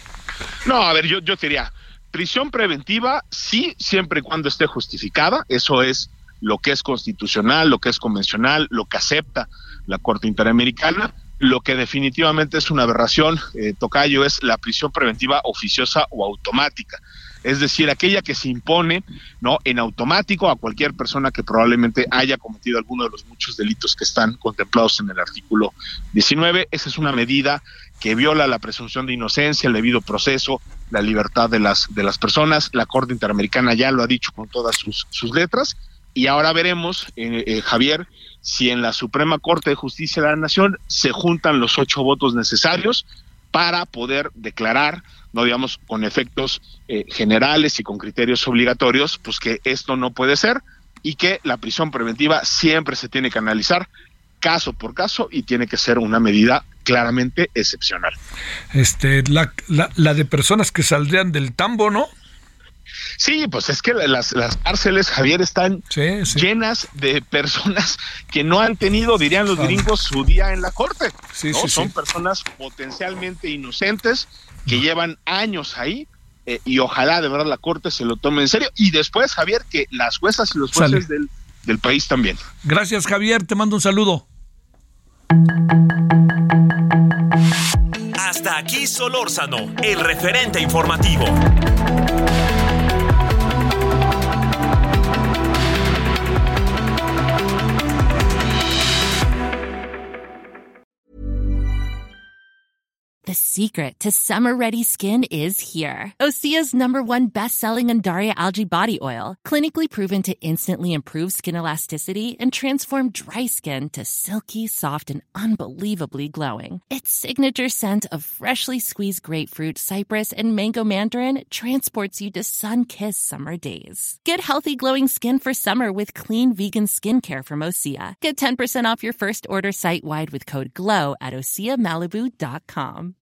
No, a ver, yo, yo te diría, prisión preventiva sí, siempre y cuando esté justificada. Eso es lo que es constitucional, lo que es convencional, lo que acepta la Corte Interamericana. Lo que definitivamente es una aberración, eh, Tocayo, es la prisión preventiva oficiosa o automática. Es decir, aquella que se impone, ¿no?, en automático a cualquier persona que probablemente haya cometido alguno de los muchos delitos que están contemplados en el artículo diecinueve. Esa es una medida que viola la presunción de inocencia, el debido proceso, la libertad de las de las personas. La Corte Interamericana ya lo ha dicho con todas sus, sus letras, y ahora veremos, eh, eh, Javier, si en la Suprema Corte de Justicia de la Nación se juntan los ocho votos necesarios para poder declarar, no digamos con efectos eh, generales y con criterios obligatorios, pues que esto no puede ser y que la prisión preventiva siempre se tiene que analizar caso por caso y tiene que ser una medida claramente excepcional.
Este, la, la, la de personas que saldrían del tambo, ¿no?
Sí, pues es que las, las cárceles, Javier, están
sí, sí.
llenas de personas que no han tenido, dirían los gringos, su día en la corte.
Sí,
¿no?
sí,
Son
sí.
personas potencialmente inocentes que llevan años ahí eh, y ojalá de verdad la corte se lo tome en serio. Y después, Javier, que las juezas y los jueces del, del país también.
Gracias, Javier, te mando un saludo.
Hasta aquí Solórzano, el referente informativo.
The secret to summer-ready skin is here. Osea's number one best-selling Undaria Algae Body Oil, clinically proven to instantly improve skin elasticity and transform dry skin to silky, soft, and unbelievably glowing. Its signature scent of freshly squeezed grapefruit, cypress, and mango mandarin transports you to sun-kissed summer days. Get healthy, glowing skin for summer with clean vegan skincare from Osea. Get ten percent off your first order site-wide with code GLOW at osea malibu dot com.